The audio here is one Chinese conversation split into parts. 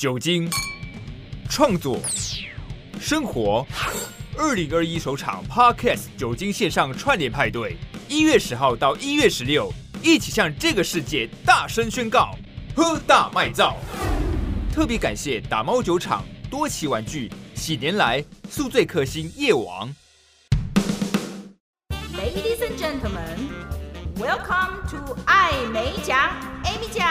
酒精、创作、生活。2021首场 Podcast 酒精线上串联派对，1月10号到1月16，一起向这个世界大声宣告：喝大卖造！特别感谢打猫酒厂、多奇玩具、喜年来、宿醉克星夜王。 Ladies and gentlemen, welcome to 艾美奖 Amy 奖。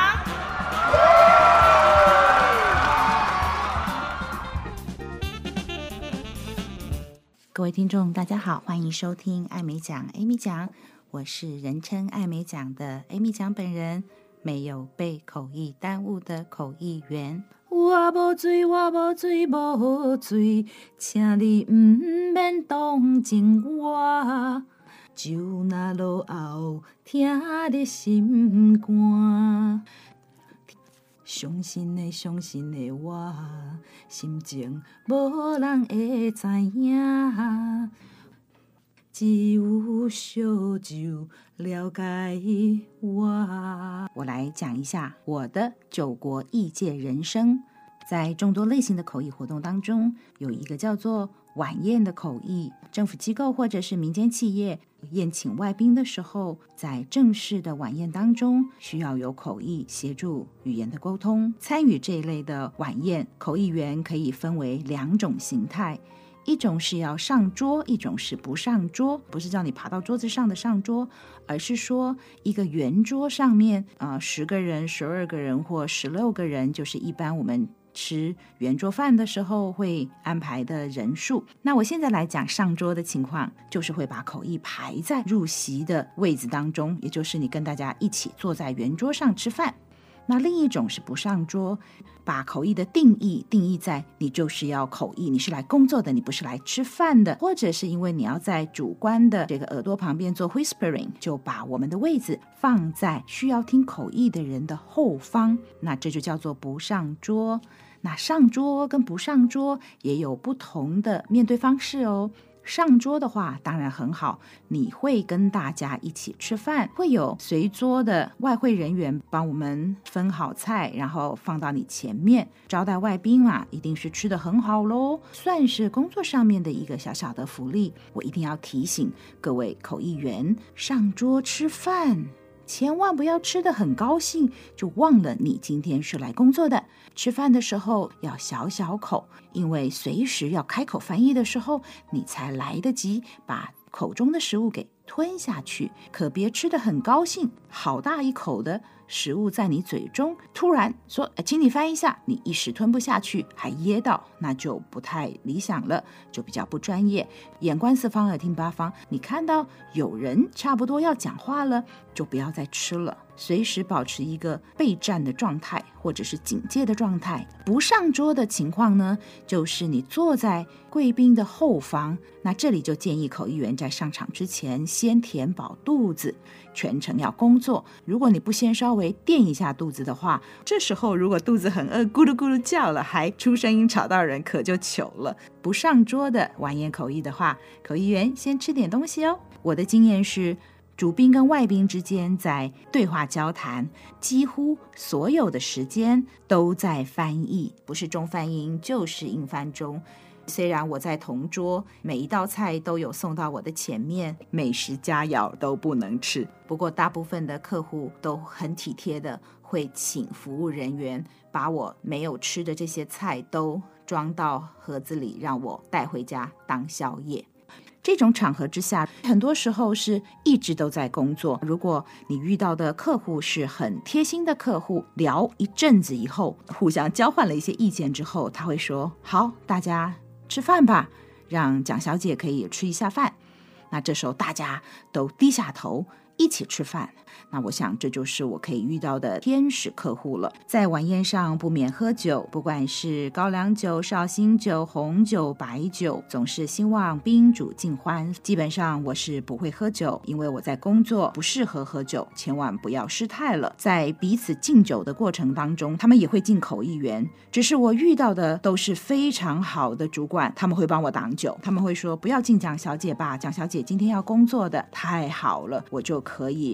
各位听众大家好，欢迎收听艾美奖 Amy 奖，我是人称艾美奖的 Amy 奖本人，没有被口译耽误的口译员。我无醉，我无醉，无醉，请你不免同情我，酒若落后，听你心肝。伤心的我，心情无人会知影，只有烧酒了解我。我来讲一下我的9国异界人生。在众多类型的口译活动当中，有一个叫做晚宴的口译。政府机构或者是民间企业宴请外宾的时候，在正式的晚宴当中需要有口译协助语言的沟通。参与这一类的晚宴，口译员可以分为2种形态，一种是要上桌，一种是不上桌。不是叫你爬到桌子上的上桌，而是说一个圆桌上面10个人、12个人或16个人，就是一般我们吃圆桌饭的时候会安排的人数。那我现在来讲上桌的情况，就是会把口译排在入席的位置当中，也就是你跟大家一起坐在圆桌上吃饭。那另一种是不上桌，把口译的定义在你就是要口译，你是来工作的，你不是来吃饭的，或者是因为你要在主观的这个耳朵旁边做 whispering， 就把我们的位置放在需要听口译的人的后方，那这就叫做不上桌。那上桌跟不上桌也有不同的面对方式哦。上桌的话当然很好，你会跟大家一起吃饭，会有随桌的外汇人员帮我们分好菜，然后放到你前面，招待外宾嘛，一定是吃得很好咯，算是工作上面的一个小小的福利。我一定要提醒各位口译员，上桌吃饭千万不要吃得很高兴，就忘了你今天是来工作的。吃饭的时候要小小口，因为随时要开口翻译的时候，你才来得及把口中的食物给吞下去。可别吃得很高兴，好大一口的食物在你嘴中，突然说请你翻一下，你一时吞不下去还噎到，那就不太理想了，就比较不专业。眼观四方耳听八方，你看到有人差不多要讲话了，就不要再吃了，随时保持一个备战的状态或者是警戒的状态。不上桌的情况呢，就是你坐在贵宾的后方，那这里就建议口译员在上场之前先填饱肚子，全程要工作。如果你不先稍微垫一下肚子的话，这时候如果肚子很饿，咕噜咕噜叫了，还出声音吵到人，可就糗了。不上桌的晚宴口译的话，口译员先吃点东西哦。我的经验是，主宾跟外宾之间在对话交谈，几乎所有的时间都在翻译，不是中翻英就是英翻中。虽然我在同桌，每一道菜都有送到我的前面，美食佳肴都不能吃，不过大部分的客户都很体贴的会请服务人员把我没有吃的这些菜都装到盒子里，让我带回家当宵夜。这种场合之下，很多时候是一直都在工作。如果你遇到的客户是很贴心的客户，聊一阵子以后，互相交换了一些意见之后，他会说好，大家吃饭吧，让蒋小姐可以吃一下饭。那这时候大家都低下头一起吃饭，那我想这就是我可以遇到的天使客户了。在晚宴上不免喝酒，不管是高粱酒、绍兴酒、红酒、白酒，总是兴旺宾主尽欢。基本上我是不会喝酒，因为我在工作，不适合喝酒，千万不要失态了。在彼此敬酒的过程当中，他们也会敬口译员，只是我遇到的都是非常好的主管，他们会帮我挡酒，他们会说不要敬蒋小姐吧，蒋小姐今天要工作的，太好了，我就可以全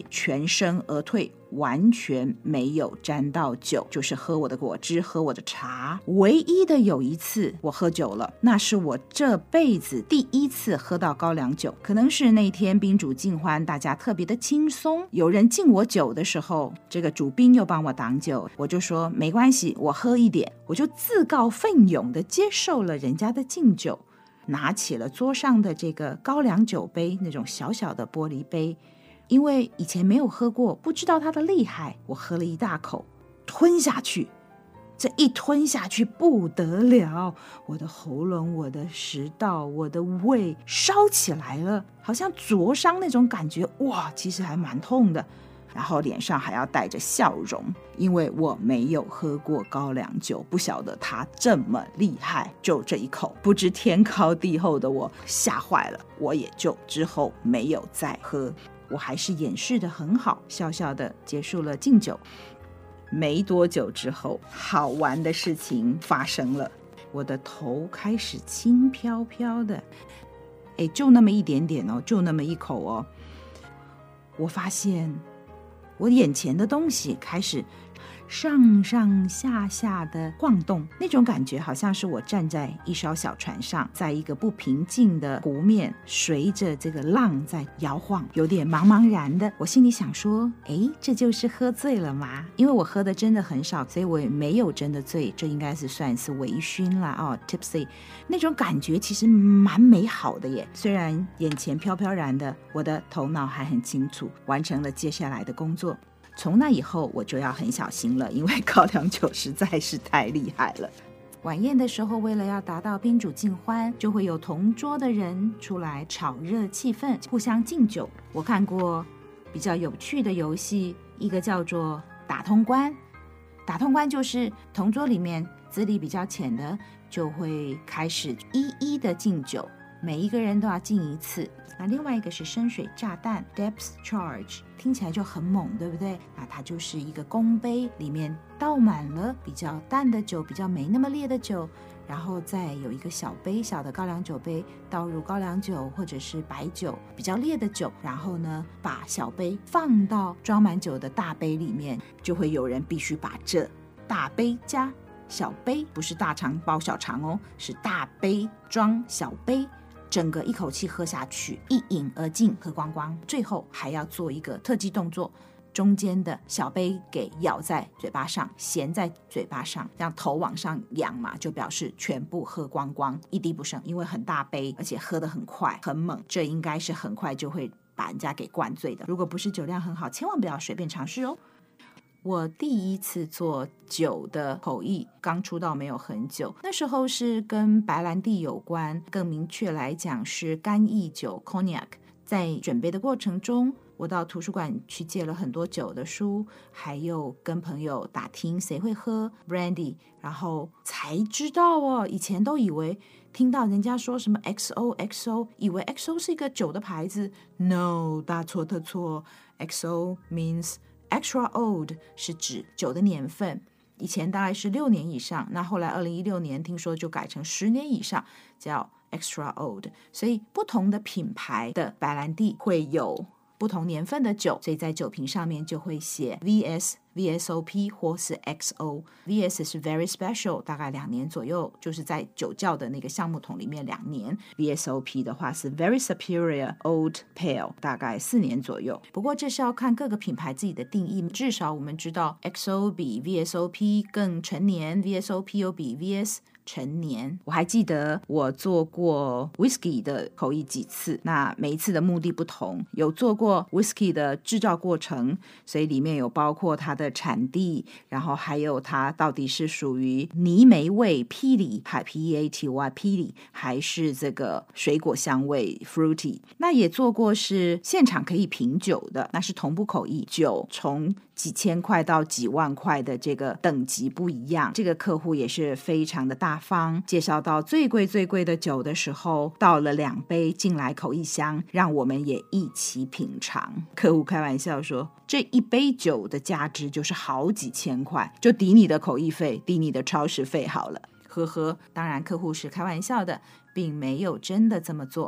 全身而退，完全没有沾到酒，就是喝我的果汁，喝我的茶。唯一的有一次我喝酒了，那是我这辈子第一次喝到高粱酒，可能是那天宾主尽欢，大家特别的轻松，有人敬我酒的时候，这个主宾又帮我挡酒，我就说没关系，我喝一点，我就自告奋勇的接受了人家的敬酒，拿起了桌上的这个高粱酒杯，那种小小的玻璃杯，因为以前没有喝过，不知道它的厉害，我喝了一大口，吞下去。这一吞下去不得了，我的喉咙、我的食道、我的胃烧起来了，好像灼伤那种感觉，哇，其实还蛮痛的。然后脸上还要带着笑容，因为我没有喝过高粱酒，不晓得它这么厉害。就这一口，不知天高地厚的我吓坏了，我也就之后没有再喝。我还是掩饰得很好，笑笑的结束了敬酒。没多久之后，好玩的事情发生了，我的头开始轻飘飘的，就那么一点点哦，就那么一口哦，我发现我眼前的东西开始上上下下的晃动，那种感觉好像是我站在一艘小船上，在一个不平静的湖面，随着这个浪在摇晃，有点茫茫然的。我心里想说，这就是喝醉了吗？因为我喝的真的很少，所以我也没有真的醉，这应该是算是微醺啦tipsy， 那种感觉其实蛮美好的耶。虽然眼前飘飘然的，我的头脑还很清楚，完成了接下来的工作。从那以后我就要很小心了，因为高粱酒实在是太厉害了。晚宴的时候，为了要达到宾主尽欢，就会有同桌的人出来炒热气氛，互相敬酒。我看过比较有趣的游戏，一个叫做打通关。打通关就是同桌里面资历比较浅的就会开始一一的敬酒，每一个人都要敬一次。那另外一个是深水炸弹 Depth Charge， 听起来就很猛，对不对？那它就是一个公杯，里面倒满了比较淡的酒，比较没那么烈的酒，然后再有一个小杯，小的高粱酒杯，倒入高粱酒或者是白酒，比较烈的酒，然后呢把小杯放到装满酒的大杯里面，就会有人必须把这大杯加小杯，不是大肠包小肠哦，是大杯装小杯，整个一口气喝下去，一饮而尽，喝光光。最后还要做一个特技动作，中间的小杯给咬在嘴巴上，衔在嘴巴上，让头往上扬嘛，就表示全部喝光光，一滴不剩。因为很大杯，而且喝得很快很猛，这应该是很快就会把人家给灌醉的。如果不是酒量很好，千万不要随便尝试哦。我第一次做酒的口译，刚出道没有很久，那时候是跟白兰地有关，更明确来讲是干邑酒 Cognac。 在准备的过程中，我到图书馆去借了很多酒的书，还有跟朋友打听谁会喝 Brandy， 然后才知道以前都以为听到人家说什么 XO， 以为 XO 是一个酒的牌子， No， 大错特错。 XO means Extra Old， 是指酒的年份，以前大概是6年以上，那后来2016年听说就改成10年以上，叫 Extra Old。 所以不同的品牌的白兰地会有不同年份的酒，所以在酒瓶上面就会写 VS、VSOP 或是 XO。VS 是 Very Special， 大概2年左右，就是在酒窖的那个橡木桶里面2年。VSOP 的话是 Very Superior Old Pale， 大概4年左右。不过这是要看各个品牌自己的定义，至少我们知道 XO 比 VSOP 更陈年， VSOP 又比 VS成年。我还记得我做过 whisky 的口译几次，那每一次的目的不同，有做过 whisky 的制造过程，所以里面有包括它的产地，然后还有它到底是属于泥煤味 peaty P-E-A-T-Y peaty 还是这个水果香味 fruity。 那也做过是现场可以品酒的，那是同步口译，酒从几千块到几万块的这个等级不一样。这个客户也是非常的大方，介绍到最贵最贵的酒的时候，倒了2杯进来口译箱，让我们也一起品尝。客户开玩笑说，这一杯酒的价值就是好几千块，就抵你的口译费，抵你的超时费好了。呵呵，当然客户是开玩笑的，并没有真的这么做。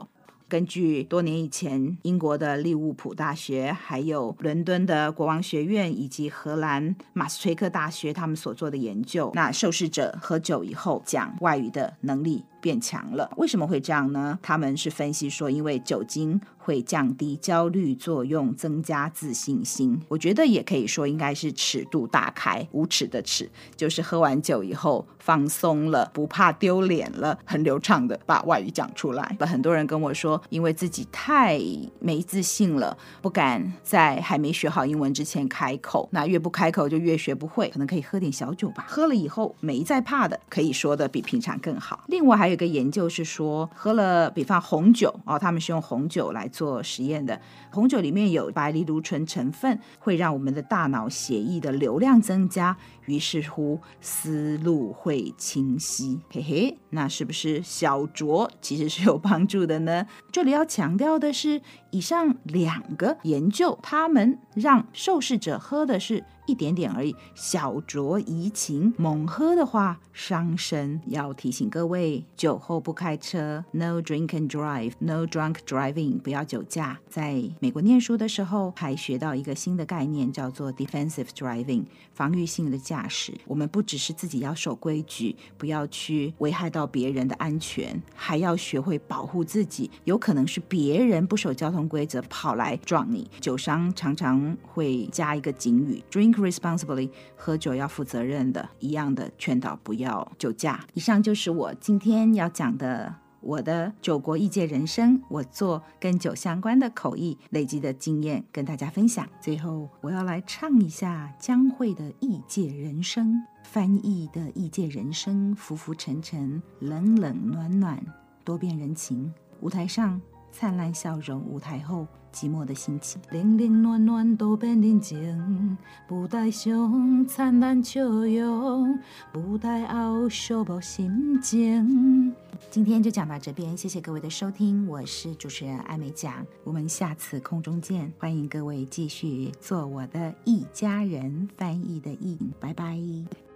根据多年以前英国的利物浦大学，还有伦敦的国王学院以及荷兰马斯垂克大学他们所做的研究，那受试者喝酒以后讲外语的能力变强了。为什么会这样呢？他们是分析说，因为酒精会降低焦虑作用，增加自信心。我觉得也可以说应该是尺度大开，无耻的耻，就是喝完酒以后放松了，不怕丢脸了，很流畅的把外语讲出来。很多人跟我说，因为自己太没自信了，不敢在还没学好英文之前开口，那越不开口就越学不会，可能可以喝点小酒吧，喝了以后没再怕的，可以说的比平常更好。另外还有一个研究是说，喝了比方红酒他们是用红酒来做实验的，红酒里面有白藜芦醇成分，会让我们的大脑血液的流量增加，于是乎思路会清晰。嘿嘿，那是不是小酌其实是有帮助的呢？这里要强调的是，以上2个研究，他们让受试者喝的是一点点而已，小酌怡情，猛喝的话伤身。要提醒各位，酒后不开车， No drink and drive， No drunk driving， 不要酒驾。在美国念书的时候还学到一个新的概念，叫做 defensive driving， 防御性的驾驶。我们不只是自己要守规矩，不要去危害到别人的安全，还要学会保护自己，有可能是别人不守交通规则跑来撞你。酒商常常会加一个警语， Drink responsibly， 喝酒要负责任的，一样的劝导不要酒驾。以上就是我今天要讲的我的酒国异界人生，我做跟酒相关的口译累积的经验跟大家分享。最后我要来唱一下江蕙的异界人生，翻译的异界人生，浮浮沉沉，冷冷暖暖，多变人情。舞台上灿烂笑容，舞台后寂寞的心情，冷冷暖暖都变人情。舞台上灿烂笑容，舞台后寂寞心情。今天就讲到这边，谢谢各位的收听，我是主持人艾美奖，我们下次空中见，欢迎各位继续做我的一家人，翻译的译，拜拜。